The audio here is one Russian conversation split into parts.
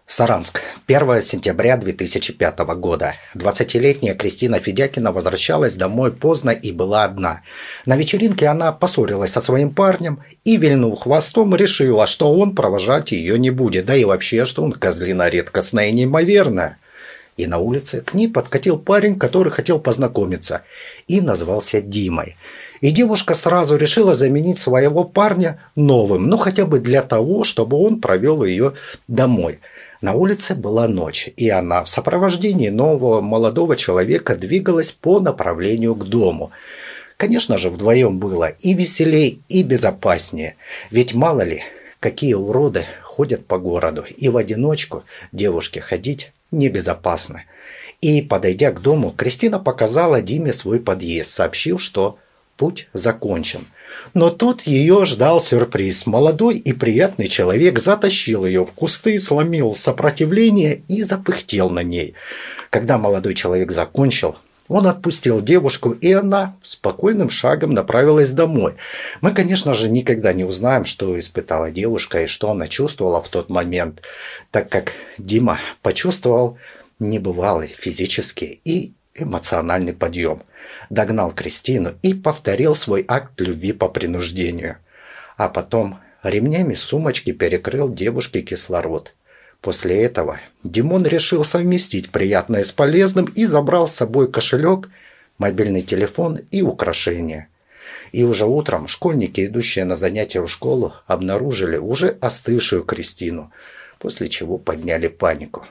Саранск. 1 сентября 2005 года. 20-летняя Кристина Федякина возвращалась домой поздно и была одна. На вечеринке она поссорилась со своим парнем и, вильнув хвостом, решила, что он провожать ее не будет, да и вообще, что он козлина редкостная и неимоверная. И на улице к ней подкатил парень, который хотел познакомиться, и назвался Димой. И девушка сразу решила заменить своего парня новым, ну хотя бы для того, чтобы он провел ее домой. На улице была ночь, и она в сопровождении нового молодого человека двигалась по направлению к дому. Конечно же, вдвоем было и веселей, и безопаснее, ведь мало ли, какие уроды ходят по городу, и в одиночку девушке ходить небезопасно. И, подойдя к дому, Кристина показала Диме свой подъезд, сообщив, что путь закончен. Но тут ее ждал сюрприз. Молодой и приятный человек затащил ее в кусты, сломил сопротивление и запыхтел на ней. Когда молодой человек закончил, он отпустил девушку, и она спокойным шагом направилась домой. Мы, конечно же, никогда не узнаем, что испытала девушка и что она чувствовала в тот момент, так как Дима почувствовал небывалый физический и эмоциональный подъем. Догнал Кристину и повторил свой акт любви по принуждению. А потом ремнями сумочки перекрыл девушке кислород. После этого Димон решил совместить приятное с полезным и забрал с собой кошелек, мобильный телефон и украшения. И уже утром школьники, идущие на занятия в школу, обнаружили уже остывшую Кристину, после чего подняли панику.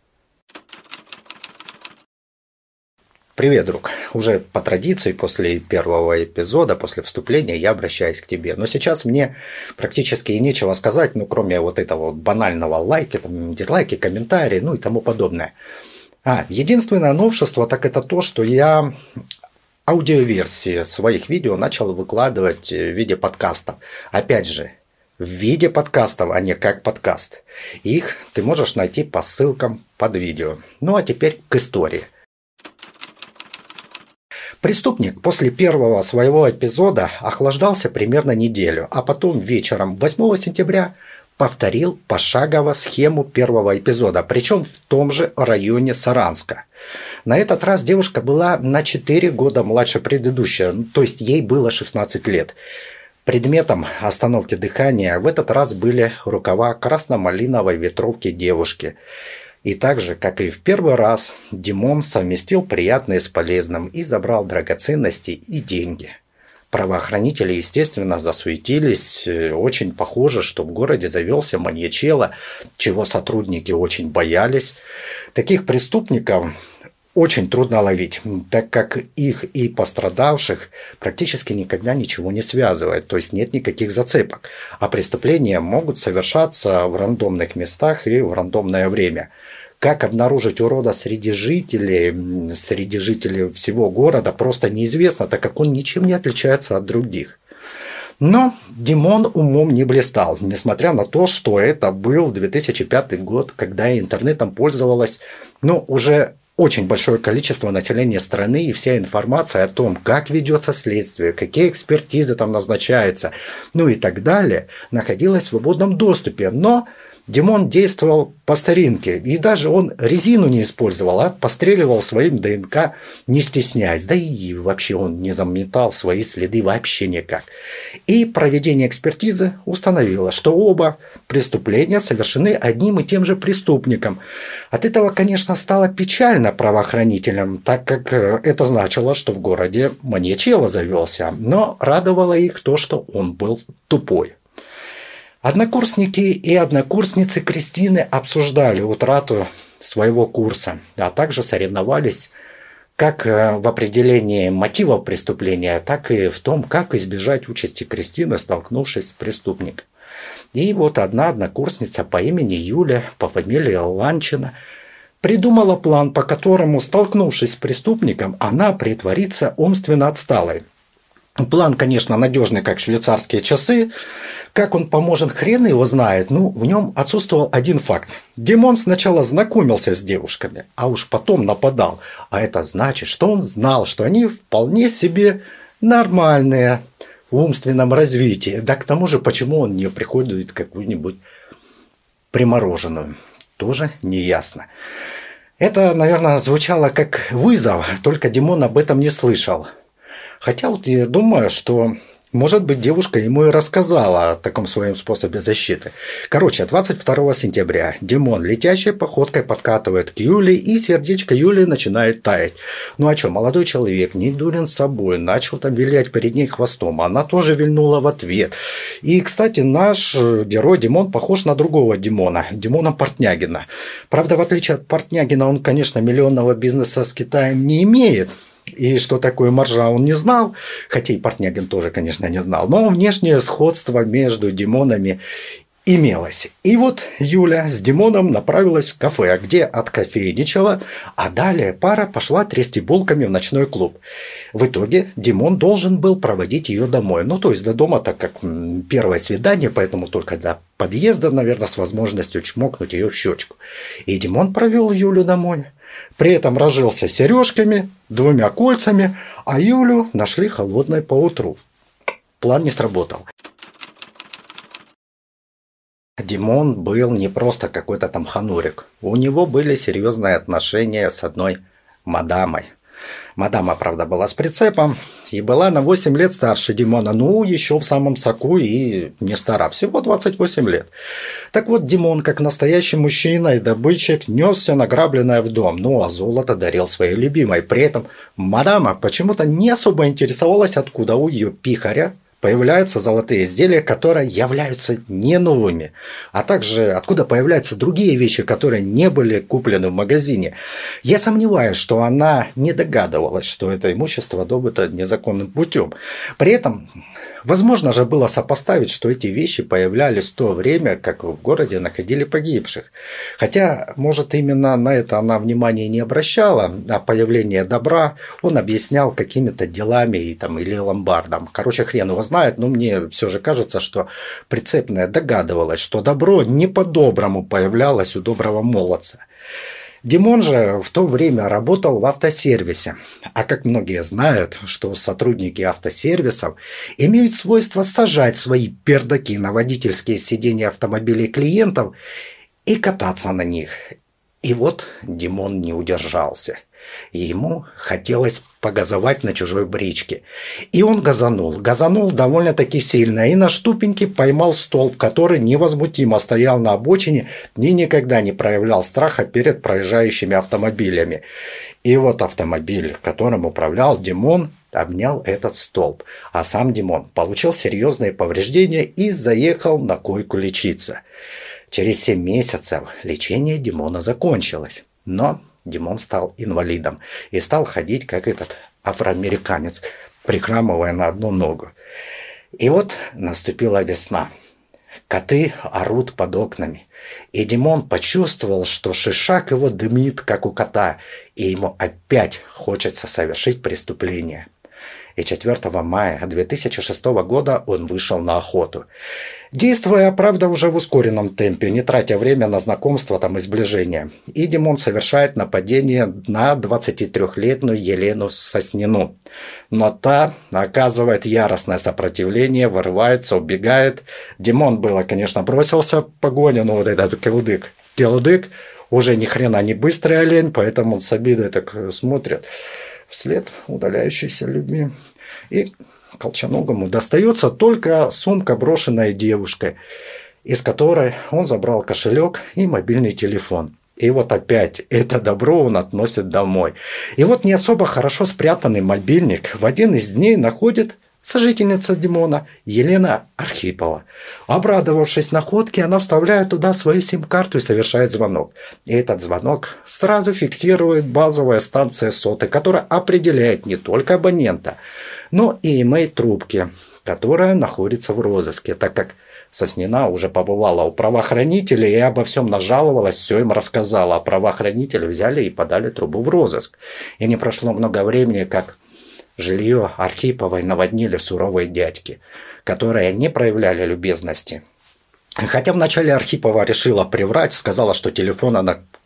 Привет, друг. Уже по традиции после первого эпизода, после вступления я обращаюсь к тебе. Но сейчас мне практически и нечего сказать, ну кроме вот этого банального лайка, там, дизлайки, комментарии, ну и тому подобное. Единственное новшество так это то, что я аудиоверсии своих видео начал выкладывать в виде подкастов. Опять же, в виде подкастов, а не как подкаст. Их ты можешь найти по ссылкам под видео. Ну а теперь к истории. Преступник после первого своего эпизода охлаждался примерно неделю, а потом вечером 8 сентября повторил пошагово схему первого эпизода, причем в том же районе Саранска. На этот раз девушка была на 4 года младше предыдущей, то есть ей было 16 лет. Предметом остановки дыхания в этот раз были рукава красно-малиновой ветровки девушки. И так же, как и в первый раз, Димон совместил приятное с полезным и забрал драгоценности и деньги. Правоохранители, естественно, засуетились. Очень похоже, что в городе завелся маньячелло, чего сотрудники очень боялись. Таких преступников очень трудно ловить, так как их и пострадавших практически никогда ничего не связывает, то есть нет никаких зацепок. А преступления могут совершаться в рандомных местах и в рандомное время. Как обнаружить урода среди жителей всего города, просто неизвестно, так как он ничем не отличается от других. Но Димон умом не блистал, несмотря на то, что это был 2005 год, когда интернетом пользовалось, уже очень большое количество населения страны, и вся информация о том, как ведется следствие, какие экспертизы там назначаются, и так далее, находилась в свободном доступе. Но Димон действовал по старинке, и даже он резину не использовал, а постреливал своим ДНК, не стесняясь. Да и вообще он не заметал свои следы вообще никак. И проведение экспертизы установило, что оба преступления совершены одним и тем же преступником. От этого, конечно, стало печально правоохранителям, так как это значило, что в городе маньячелло завелся. Но радовало их то, что он был тупой. Однокурсники и однокурсницы Кристины обсуждали утрату своего курса, а также соревновались как в определении мотивов преступления, так и в том, как избежать участи Кристины, столкнувшись с преступником. И вот одна однокурсница по имени Юля, по фамилии Ланчина, придумала план, по которому, столкнувшись с преступником, она притворится умственно отсталой. План, конечно, надежный, как швейцарские часы. Как он поможет, хрен его знает. В нем отсутствовал один факт. Димон сначала знакомился с девушками, а уж потом нападал. А это значит, что он знал, что они вполне себе нормальные в умственном развитии. Да к тому же, почему он не приходит какую-нибудь примороженную. тоже не ясно. Это, наверное, звучало как вызов, только Димон об этом не слышал. Хотя вот я думаю, что, может быть, девушка ему и рассказала о таком своем способе защиты. Короче, 22 сентября Димон летящей походкой подкатывает к Юле, и сердечко Юли начинает таять. Ну а что, молодой человек, не дурен с собой, начал там вилять перед ней хвостом, она тоже вильнула в ответ. И, кстати, наш герой Димон похож на другого Димона, Димона Портнягина. Правда, в отличие от Портнягина, он, конечно, миллионного бизнеса с Китаем не имеет. И что такое маржа, он не знал, хотя и Портнягин тоже, конечно, не знал, но внешнее сходство между Димонами имелось. И вот Юля с Димоном направилась в кафе, где откофейничала, а далее пара пошла трясти булками в ночной клуб. В итоге Димон должен был проводить ее домой. Ну, то есть до дома, так как первое свидание, поэтому только до подъезда, наверное, с возможностью чмокнуть ее в щечку. И Димон провел Юлю домой. При этом разжился сережками, 2 кольцами, а Юлю нашли холодной поутру. План не сработал. Димон был не просто какой-то там ханурик. У него были серьезные отношения с одной мадамой. Мадама, правда, была с прицепом и была на 8 лет старше Димона. Ну, еще в самом соку и не стара. Всего 28 лет. Так вот, Димон, как настоящий мужчина и добытчик, нес все награбленное в дом. Ну, а золото дарил своей любимой. При этом мадама почему-то не особо интересовалась, откуда у ее пихаря появляются золотые изделия, которые являются не новыми, а также откуда появляются другие вещи, которые не были куплены в магазине. Я сомневаюсь, что она не догадывалась, что это имущество добыто незаконным путем. При этом возможно же было сопоставить, что эти вещи появлялись в то время, как в городе находили погибших. Хотя, может, именно на это она внимания не обращала, а появление добра он объяснял какими-то делами или ломбардом. Короче, хрен его знает, но мне все же кажется, что прицепная догадывалась, что добро не по-доброму появлялось у доброго молодца. Димон же в то время работал в автосервисе. А как многие знают, что сотрудники автосервисов имеют свойство сажать свои пердаки на водительские сиденья автомобилей клиентов и кататься на них. И вот Димон не удержался. Ему хотелось погазовать на чужой бричке. И он газанул довольно-таки сильно. И на штупеньке поймал столб, который невозмутимо стоял на обочине и никогда не проявлял страха перед проезжающими автомобилями. И вот автомобиль, которым управлял Димон, обнял этот столб. А сам Димон получил серьезные повреждения и заехал на койку лечиться. Через 7 месяцев лечение Димона закончилось. Но Димон стал инвалидом и стал ходить, как этот афроамериканец, прихрамывая на одну ногу. И вот наступила весна. Коты орут под окнами. И Димон почувствовал, что шишак его дымит, как у кота, и ему опять хочется совершить преступление. И 4 мая 2006 года он вышел на охоту. Действуя, правда, уже в ускоренном темпе, не тратя время на знакомство и сближение. И Димон совершает нападение на 23-летнюю Елену Соснину. Но та оказывает яростное сопротивление, вырывается, убегает. Димон было, конечно, бросился в погоню, но вот этот келудык уже ни хрена не быстрый олень, поэтому он с обидой так смотрит вслед удаляющейся людьми. И Колченогому достается только сумка, брошенная девушкой, из которой он забрал кошелек и мобильный телефон. И вот опять это добро он относит домой. И вот не особо хорошо спрятанный мобильник в один из дней находит сожительница Димона Елена Архипова. Обрадовавшись находке, она вставляет туда свою сим-карту и совершает звонок. И этот звонок сразу фиксирует базовая станция соты, которая определяет не только абонента, но и имейл трубки, которая находится в розыске, так как Соснина уже побывала у правоохранителей и обо всем нажаловалась, все им рассказала. А правоохранители взяли и подали трубу в розыск. И не прошло много времени, как жилье Архиповой наводнили суровые дядьки, которые не проявляли любезности. Хотя вначале Архипова решила приврать, сказала, что телефон она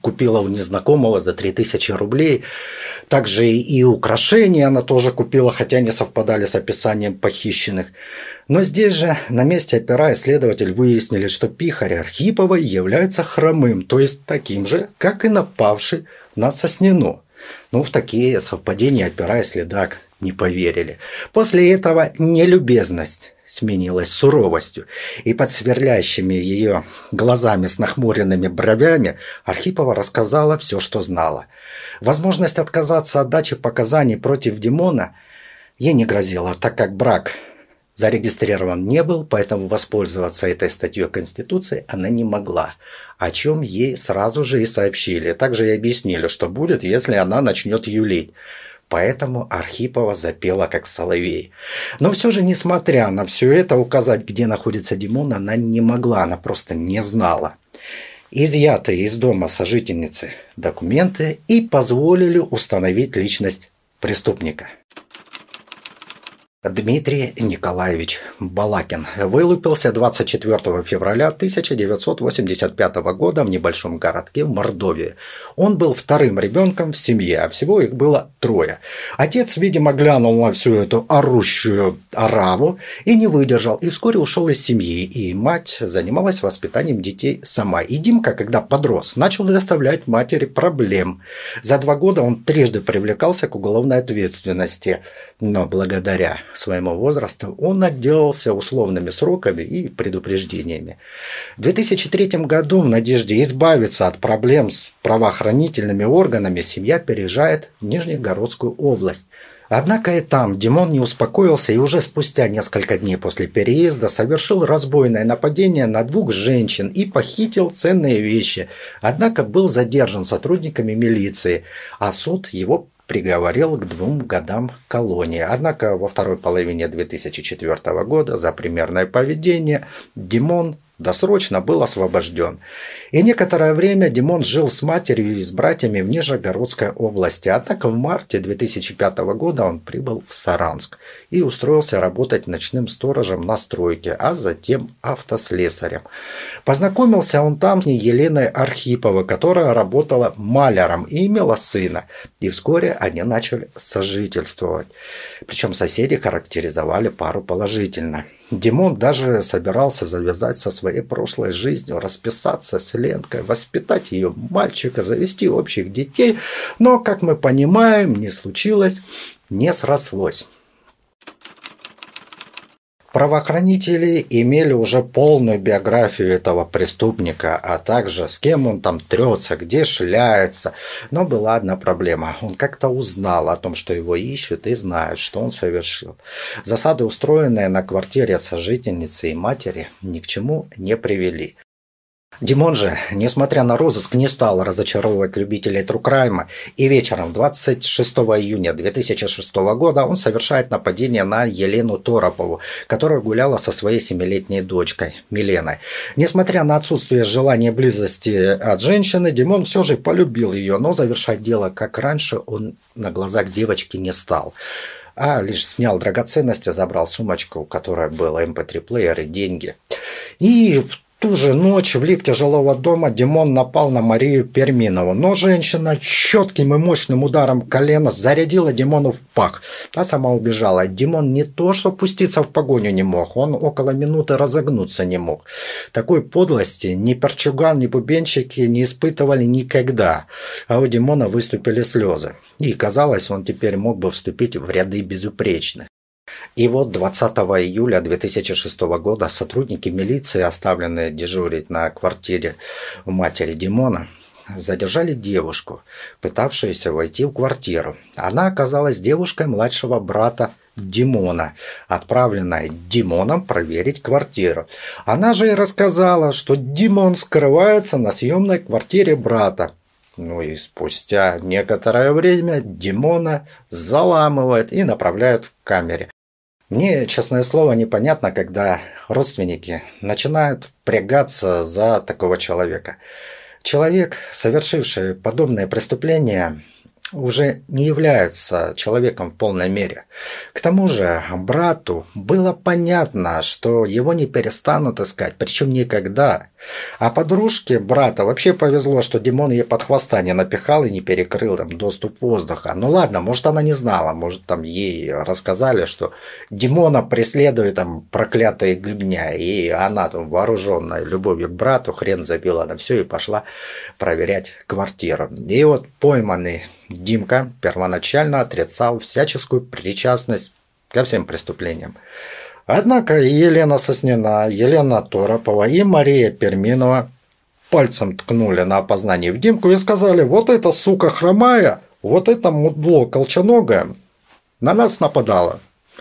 купила у незнакомого за 3000 рублей. Также и украшения она тоже купила, хотя не совпадали с описанием похищенных. Но здесь же на месте опера и следователь выяснили, что пихарь Архиповой является хромым, то есть таким же, как и напавший на Соснину. Ну, в такие совпадения опера и следак не поверили. После этого нелюбезность сменилась суровостью, и под сверлящими ее глазами с нахмуренными бровями Архипова рассказала все, что знала. Возможность отказаться от дачи показаний против Димона ей не грозила, так как брак зарегистрирован не был, поэтому воспользоваться этой статьей Конституции она не могла, о чем ей сразу же и сообщили. Также и объяснили, что будет, если она начнет юлить. Поэтому Архипова запела как соловей. Но все же, несмотря на все это, указать, где находится Димон, она не могла, она просто не знала. Изъятые из дома сожительницы документы и позволили установить личность преступника. Дмитрий Николаевич Балакин вылупился 24 февраля 1985 года в небольшом городке в Мордовии. Он был вторым ребенком в семье, а всего их было 3. Отец, видимо, глянул на всю эту орущую ораву и не выдержал, и вскоре ушел из семьи, и мать занималась воспитанием детей сама. И Димка, когда подрос, начал доставлять матери проблем. За 2 года он трижды привлекался к уголовной ответственности, но благодаря своему возрасту он отделался условными сроками и предупреждениями. В 2003 году, в надежде избавиться от проблем с правоохранительными органами, семья переезжает в Нижнегородскую область. Однако и там Димон не успокоился и уже спустя несколько дней после переезда совершил разбойное нападение на 2 женщин и похитил ценные вещи. Однако был задержан сотрудниками милиции, а суд его приговорил к 2 годам колонии. Однако во второй половине 2004 года за примерное поведение Димон досрочно был освобожден. И некоторое время Димон жил с матерью и с братьями в Нижегородской области. Однако в марте 2005 года он прибыл в Саранск и устроился работать ночным сторожем на стройке, а затем автослесарем. Познакомился он там с Еленой Архиповой, которая работала маляром и имела сына. И вскоре они начали сожительствовать. Причем соседи характеризовали пару положительно. Димон даже собирался завязать со своей прошлой жизнью, расписаться с Ленкой, воспитать ее мальчика, завести общих детей. Но, как мы понимаем, не случилось, не срослось. Правоохранители имели уже полную биографию этого преступника, а также с кем он там трется, где шляется. Но была одна проблема. Он как-то узнал о том, что его ищут, и знают, что он совершил. Засады, устроенные на квартире сожительницы и матери, ни к чему не привели. Димон же, несмотря на розыск, не стал разочаровывать любителей True Crime, и вечером 26 июня 2006 года он совершает нападение на Елену Торопову, которая гуляла со своей 7-летней дочкой Миленой. Несмотря на отсутствие желания близости от женщины, Димон все же полюбил ее, но завершать дело, как раньше, он на глазах девочки не стал, а лишь снял драгоценности, забрал сумочку, у которой был MP3-плеер и деньги. И в ту же ночь в лифте жилого дома Димон напал на Марию Перминову, но женщина четким и мощным ударом колена зарядила Димону в пах, а сама убежала. Димон не то что пуститься в погоню не мог, он около минуты разогнуться не мог. Такой подлости ни Перчуган, ни бубенщики не испытывали никогда, а у Димона выступили слезы. И казалось, он теперь мог бы вступить в ряды безупречных. И вот 20 июля 2006 года сотрудники милиции, оставленные дежурить на квартире у матери Димона, задержали девушку, пытавшуюся войти в квартиру. Она оказалась девушкой младшего брата Димона, отправленная Димоном проверить квартиру. Она же и рассказала, что Димон скрывается на съемной квартире брата. Ну и спустя некоторое время Димона заламывают и направляют в камере. Мне, честное слово, непонятно, когда родственники начинают впрягаться за такого человека. Человек, совершивший подобное преступление, уже не является человеком в полной мере. К тому же брату было понятно, что его не перестанут искать, причем никогда. А подружке брата вообще повезло, что Димон ей под хвоста не напихал и не перекрыл там доступ воздуха. Ну ладно, может она не знала, может там ей рассказали, что Димона преследует там проклятые гыбня, и она там вооруженная любовью к брату, хрен забила на все и пошла проверять квартиру. И вот пойманный Димка первоначально отрицал всяческую причастность ко всем преступлениям. Однако и Елена Соснина, Елена Торопова и Мария Перминова пальцем ткнули на опознание в Димку и сказали: вот эта сука хромая, вот это мудло колченогое на нас нападало.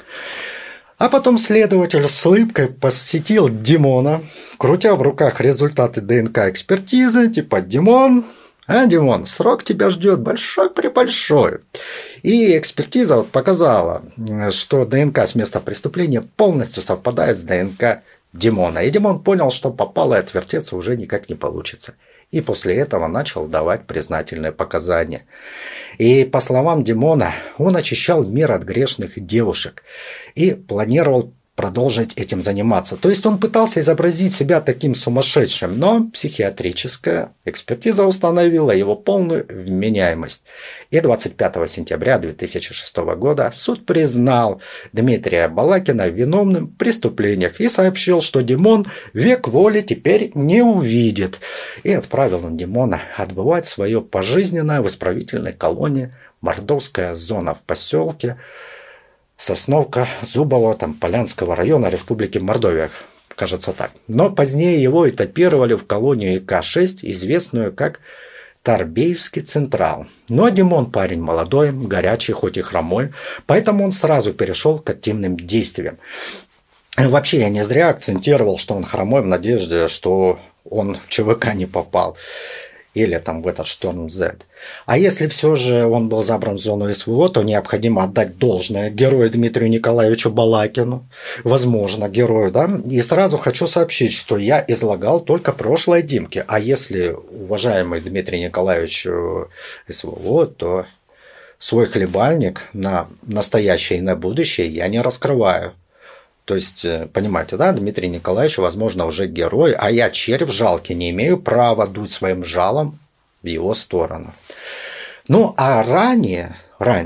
А потом следователь с улыбкой посетил Димона, крутя в руках результаты ДНК-экспертизы, типа: Димон, Димон, срок тебя ждет большой-пребольшой. И экспертиза вот показала, что ДНК с места преступления полностью совпадает с ДНК Димона. И Димон понял, что попало и отвертеться уже никак не получится. И после этого начал давать признательные показания. И по словам Димона, он очищал мир от грешных девушек и планировал продолжить этим заниматься. То есть он пытался изобразить себя таким сумасшедшим, но психиатрическая экспертиза установила его полную вменяемость. И 25 сентября 2006 года суд признал Дмитрия Балакина виновным в преступлениях и сообщил, что Димон век воли теперь не увидит. И отправил он Димона отбывать свое пожизненное в исправительной колонии Мордовская зона в поселке Сосновка Зубово, там, Полянского района Республики Мордовия, кажется так. Но позднее его этапировали в колонию ИК-6, известную как Торбеевский Централ. Но Димон парень молодой, горячий, хоть и хромой, поэтому он сразу перешел к активным действиям. Вообще, я не зря акцентировал, что он хромой в надежде, что он в ЧВК не попал. Или там в этот Шторм Z. А если все же он был забран в зону СВО, то необходимо отдать должное герою Дмитрию Николаевичу Балакину. Возможно, герою, да? И сразу хочу сообщить, что я излагал только прошлое Димки. А если уважаемый Дмитрий Николаевич СВО, то свой хлебальник на настоящее и на будущее я не раскрываю. То есть, понимаете, да, Дмитрий Николаевич, возможно, уже герой, а я, червь жалкий, не имею права дуть своим жалом в его сторону. Ну, а ранее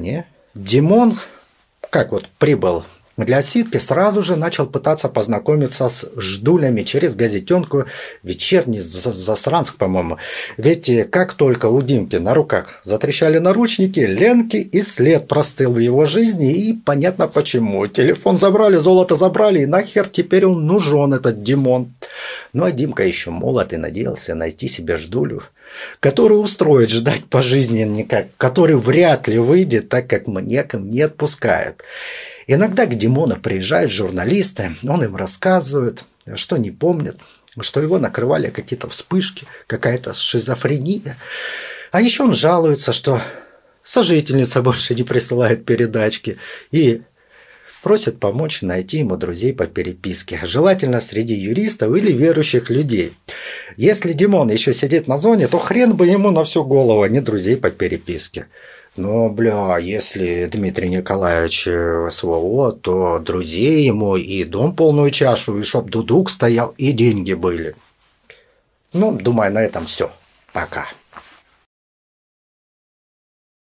Димон, как вот прибыл для отсидки, сразу же начал пытаться познакомиться с ждулями через газетенку «Вечерний засранцк», по-моему. Ведь как только у Димки на руках затрещали наручники, Ленки и след простыл в его жизни, и понятно почему. Телефон забрали, золото забрали, и нахер теперь он нужен, этот Димон. Ну а Димка еще молод и надеялся найти себе ждулю, который устроит ждать пожизненно, который вряд ли выйдет, так как маньякам не отпускают. Иногда к Димону приезжают журналисты, он им рассказывает, что не помнит, что его накрывали какие-то вспышки, какая-то шизофрения. А еще он жалуется, что сожительница больше не присылает передачки и просит помочь найти ему друзей по переписке, желательно среди юристов или верующих людей. Если Димон еще сидит на зоне, то хрен бы ему на всю голову, а не друзей по переписке. Но, если Дмитрий Николаевич СВО, то друзей ему и дом полную чашу, и чтоб дудук стоял, и деньги были. Ну, думаю, на этом все. Пока.